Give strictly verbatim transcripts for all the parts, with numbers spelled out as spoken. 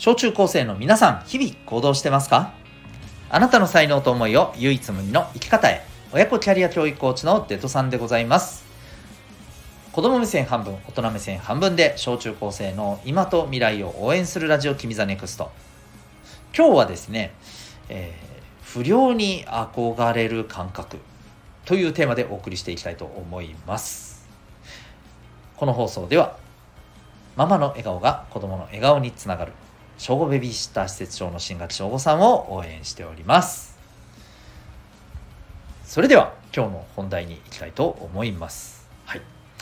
小中高生の皆さん、日々行動してますか？あなたの才能と思いを唯一無二の生き方へ。親子キャリア教育コーチのデトさんでございます。子供目線半分、大人目線半分で小中高生の今と未来を応援するラジオ君ザネクスト。今日はですね、えー、不良に憧れる感覚というテーマでお送りしていきたいと思います。この放送ではママの笑顔が子供の笑顔につながる小5ベビーシッター施設長の新垣翔吾さんを応援しております。それでは今日の本題に行きたいと思います。はい。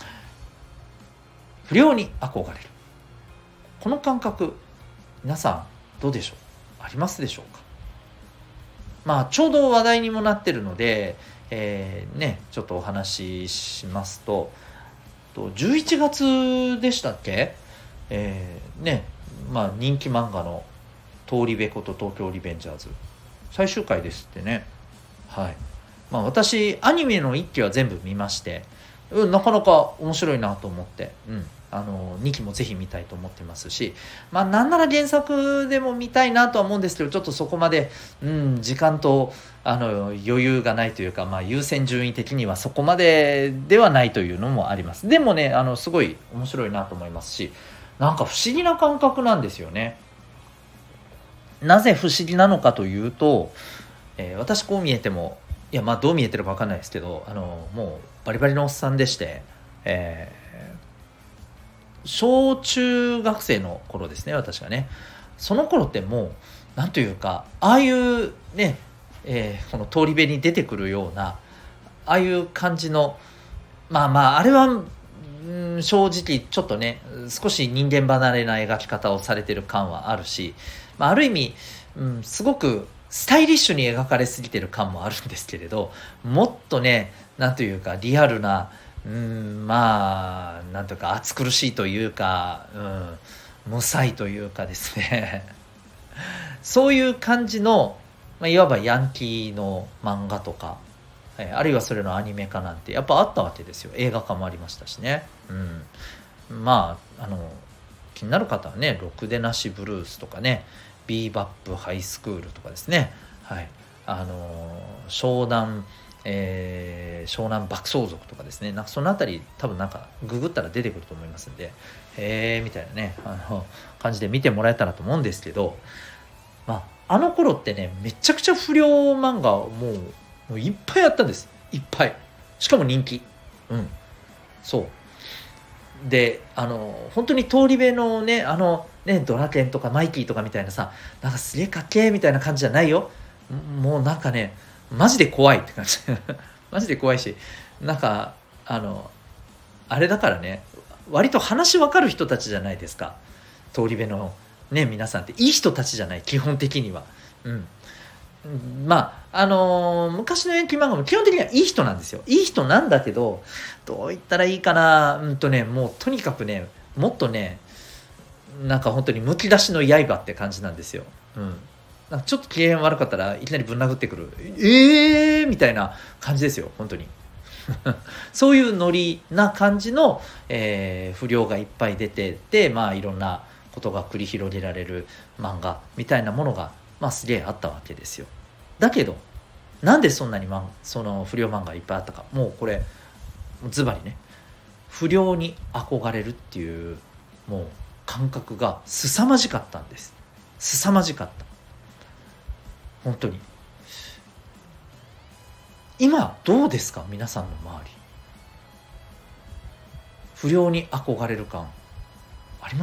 不良に憧れる。この感覚、皆さんどうでしょう？ありますでしょうか？まあちょうど話題にもなってるので、えー、ね、ちょっとお話ししますと、じゅういちがつでしたっけ？えー、ね、まあ人気漫画の通りべこと東京リベンジャーズ最終回ですってね。はい。まあ私アニメのいっきは全部見まして、うん、なかなか面白いなと思って、うん、あのにきもぜひ見たいと思ってますし、まあなんなら原作でも見たいなとは思うんですけど、ちょっとそこまで、うん、時間とあの余裕がないというか、まあ優先順位的にはそこまでではないというのもあります。でもね、あのすごい面白いなと思いますし、なんか不思議な感覚なんですよね。なぜ不思議なのかというと、えー、私こう見えても、いやまあどう見えてるか分かんないですけど、あのもうバリバリのおっさんでして、えー、小中学生の頃ですね、私がね。その頃ってもうなんというか、ああいうね、えー、この通り部に出てくるようなああいう感じの、まあまああれはうん、正直ちょっとね、少し人間離れな描き方をされてる感はあるし、まあ、ある意味、うん、すごくスタイリッシュに描かれすぎてる感もあるんですけれど、もっとね、なんというかリアルな、うん、まあなんというか暑苦しいというか、うん、無才というかですねそういう感じの、まあ、いわばヤンキーの漫画とか、あるいはそれのアニメ化なんてやっぱあったわけですよ。映画化もありましたしね。うん、まああの気になる方はね、ろくでなしブルースとかね、ビーバップハイスクールとかですね、はい、あの湘南、えー、湘南爆走族とかですね、なんかそのあたり多分なんかググったら出てくると思いますんで、へーみたいなね、あの感じで見てもらえたらと思うんですけど、まああの頃ってね、めちゃくちゃ不良漫画もうもういっぱいあったんです。いっぱい。しかも人気。うん。そう。で、あの、本当に通り部のね、あの、ね、ドラケンとかマイキーとかみたいなさ、なんかすげえかっけーみたいな感じじゃないよ。もうなんかね、マジで怖いって感じ。マジで怖いし、なんか、あの、あれだからね、割と話わかる人たちじゃないですか。通り部のね、皆さんっていい人たちじゃない、基本的には。うん。まああのー、昔のヤンキー漫画も基本的にはいい人なんですよ。いい人なんだけど、どう言ったらいいかな、うんとね、もうとにかくね、もっとね、なんか本当にむき出しの刃って感じなんですよ。うん。なんかちょっと機嫌悪かったらいきなりぶん殴ってくる。えーみたいな感じですよ、本当に。そういうノリな感じの、えー、不良がいっぱい出てて、まあいろんなことが繰り広げられる漫画みたいなものが、まあすげえあったわけですよ。だけどなんでそんなに、ま、その不良漫画いっぱいあったか、もうこれズバリね、不良に憧れるっていうもう感覚が凄まじかったんです。凄まじかった、本当に。今どうですか、皆さんの周り。不良に憧れる感あります？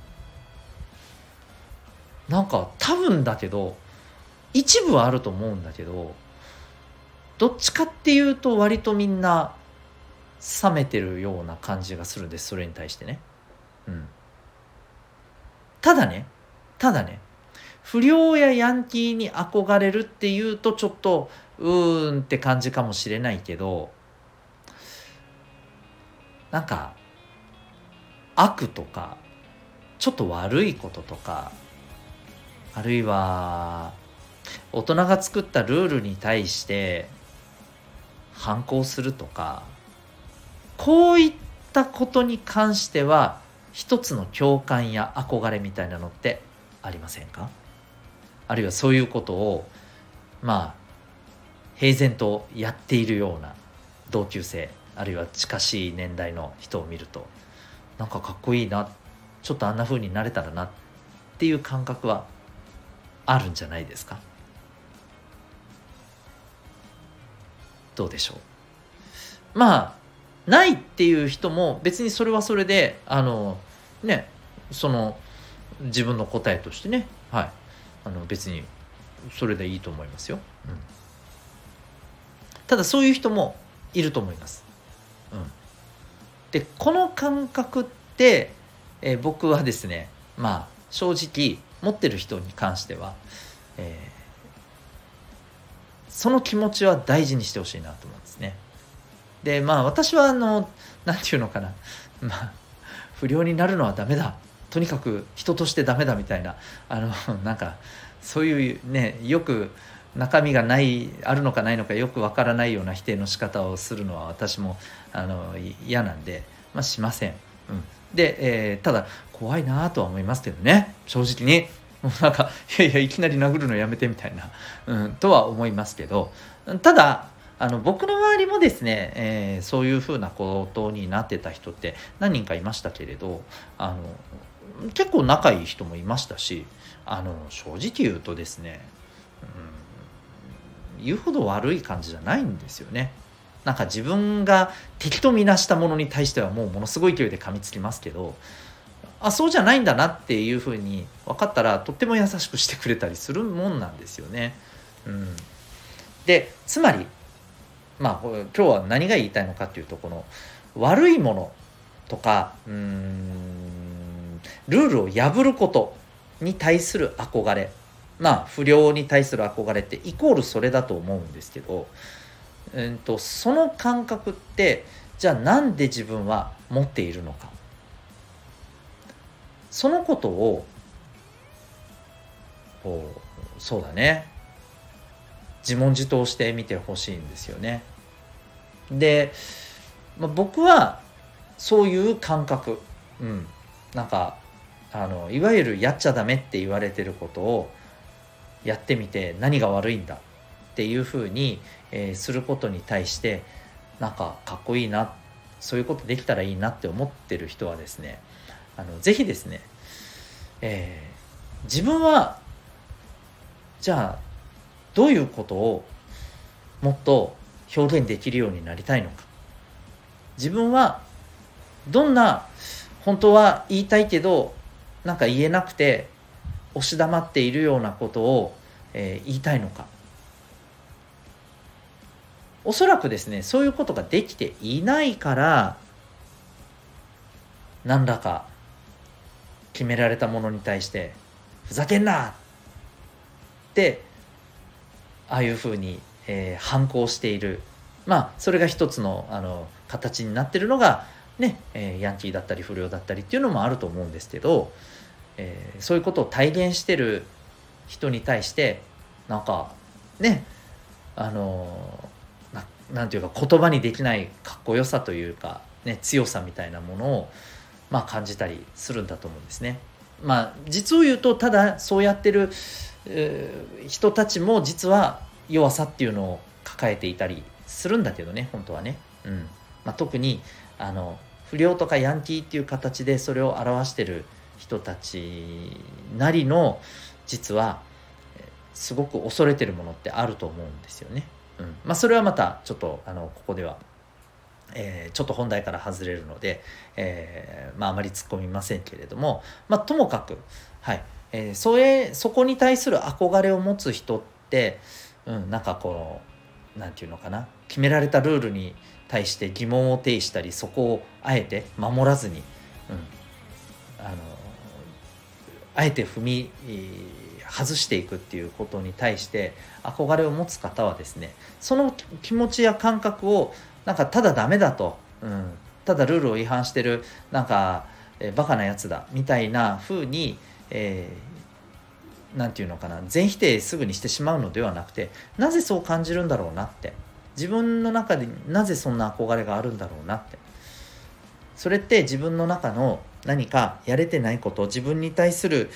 なんか多分だけど一部はあると思うんだけど、どっちかっていうと割とみんな冷めてるような感じがするんです、それに対してね。うん。ただね、ただね、不良やヤンキーに憧れるっていうとちょっとうーんって感じかもしれないけど、なんか悪とかちょっと悪いこととか、あるいは大人が作ったルールに対して反抗するとか、こういったことに関しては一つの共感や憧れみたいなのってありませんか？あるいはそういうことをまあ平然とやっているような同級生、あるいは近しい年代の人を見ると、なんかかっこいいな、ちょっとあんな風になれたらなっていう感覚はあるんじゃないですか？どうでしょう。まあないっていう人も別にそれはそれであのね、その自分の答えとしてね、はい、あの別にそれでいいと思いますよ。うん、ただそういう人もいると思います。うん、でこの感覚って、えー僕はですね、まあ正直持ってる人に関しては、えーその気持ちは大事にしてほしいなと思うんですね。でまあ私はあのなんていうのかな、まあ不良になるのはダメだ、とにかく人としてダメだみたいな、あのなんかそういうね、よく中身がないあるのかないのかよくわからないような否定の仕方をするのは私もあの嫌なんで、まあ、しません。うん、で、えーただ怖いなとは思いますけどね、正直に。もうなんかいやいやいきなり殴るのやめてみたいな、うん、とは思いますけど、ただあの僕の周りもですね、えーそういうふうなことになってた人って何人かいましたけれど、あの結構仲いい人もいましたし、あの正直言うとですね、うん、言うほど悪い感じじゃないんですよね。なんか自分が敵とみなしたものに対してはもうものすごい勢いで噛みつきますけど、あ、そうじゃないんだなっていうふうに分かったらとっても優しくしてくれたりするもんなんですよね。うん、でつまりまあ今日は何が言いたいのかっていうと、この悪いものとかうーんルールを破ることに対する憧れ、まあ不良に対する憧れってイコールそれだと思うんですけど、うんとその感覚ってじゃあなんで自分は持っているのか、そのことをこうそうだね、自問自答してみてほしいんですよね。で、まあ、僕はそういう感覚、うん、なんかあのいわゆるやっちゃダメって言われてることをやってみて何が悪いんだっていうふうに、えーすることに対してなんかかっこいいな、そういうことできたらいいなって思ってる人はですね、あのぜひですね、えー自分はじゃあどういうことをもっと表現できるようになりたいのか、自分はどんな本当は言いたいけどなんか言えなくて押し黙っているようなことを、えー言いたいのか。おそらくですね、そういうことができていないから何らか決められたものに対してふざけんなってああいうふうに、えー反抗している、まあそれが一つのあの形になっているのがね、えーヤンキーだったり不良だったりっていうのもあると思うんですけど、えーそういうことを体現してる人に対してなんかね、あのななんていうか言葉にできないかっこよさというか、ね、強さみたいなものを、まあ、感じたりするんだと思うんですね。まあ実を言うとただそうやってる、えー人たちも実は弱さっていうのを抱えていたりするんだけどね、本当はね。うんまあ、特にあの不良とかヤンキーっていう形でそれを表してる人たちなりの実はえーすごく恐れてるものってあると思うんですよね。うんまあ、それはまたちょっとあのここでは、えーちょっと本題から外れるので、えーまあ、あまり突っ込みませんけれども、まあ、ともかく、はいえーそれそこに対する憧れを持つ人って、うん、なんかこうなんていうのかな、決められたルールに対して疑問を呈したりそこをあえて守らずに、うん、あのあえて踏み外していくっていうことに対して憧れを持つ方はですね、その気持ちや感覚をなんかただダメだと、うん、ただルールを違反してるなんか、えーバカなやつだみたいな風に、えー、なんていうのかな、全否定すぐにしてしまうのではなくて、なぜそう感じるんだろうなって、自分の中でなぜそんな憧れがあるんだろうなって、それって自分の中の何かやれてないこと、自分に対する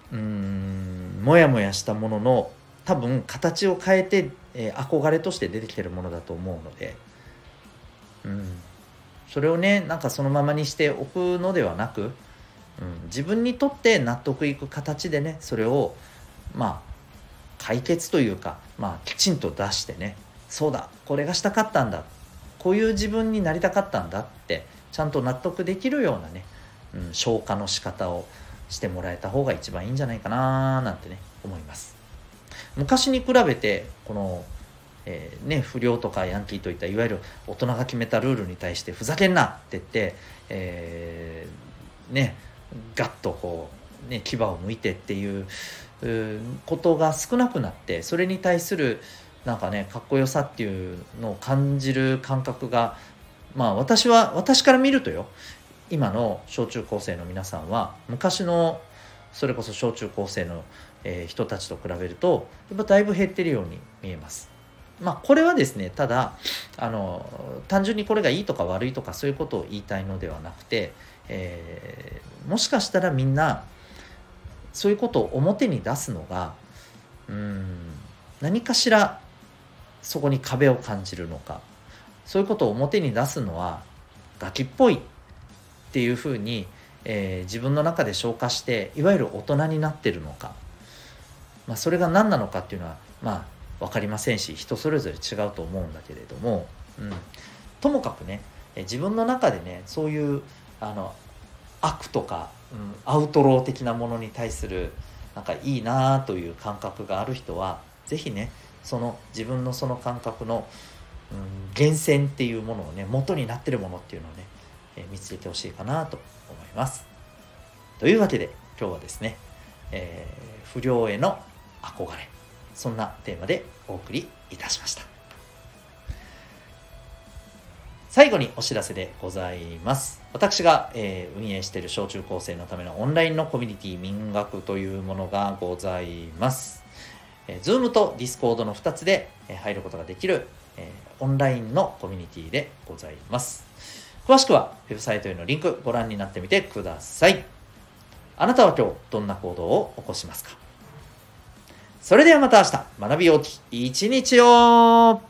うーんもやもやしたものの多分形を変えて、えー、憧れとして出てきてるものだと思うので、うん、それをねなんかそのままにしておくのではなく、うん、自分にとって納得いく形でねそれをまあ解決というか、まあ、きちんと出してね、そうだこれがしたかったんだ、こういう自分になりたかったんだってちゃんと納得できるようなね、うん、消化の仕方をしてもらえた方が一番いいんじゃないかななんてね思います。昔に比べてこの、えーね、不良とかヤンキーといったいわゆる大人が決めたルールに対してふざけんなって言って、えー、ねガッとこうね牙を向いてっていうことが少なくなって、それに対するなんかねかっこよさっていうのを感じる感覚が、まあ私は私から見るとよ、今の小中高生の皆さんは昔のそれこそ小中高生の、えー人たちと比べるとやっぱだいぶ減ってるように見えます。まあこれはですね、ただあの単純にこれがいいとか悪いとかそういうことを言いたいのではなくて、えーもしかしたらみんなそういうことを表に出すのがうーん何かしらそこに壁を感じるのか、そういうことを表に出すのはガキっぽいっていうふうに、えー自分の中で消化していわゆる大人になってるのか、まあ、それが何なのかっていうのはまあ分かりませんし、人それぞれ違うと思うんだけれども、うん、ともかくね自分の中でねそういうあの悪とか、うん、アウトロー的なものに対するなんかいいなという感覚がある人はぜひねその自分のその感覚の、うん、源泉っていうものをね元になってるものっていうのをね、えー見つけてほしいかなと思います。というわけで今日はですね、えー不良への憧れ、そんなテーマでお送りいたしました。最後にお知らせでございます。私が、えー運営している小中高生のためのオンラインのコミュニティ民学というものがございます。えー、Zoom と Discord のふたつで、えー入ることができる、えーオンラインのコミュニティでございます。詳しくはウェブサイトへのリンクご覧になってみてください。あなたは今日どんな行動を起こしますか？それではまた明日、学びようき一日を。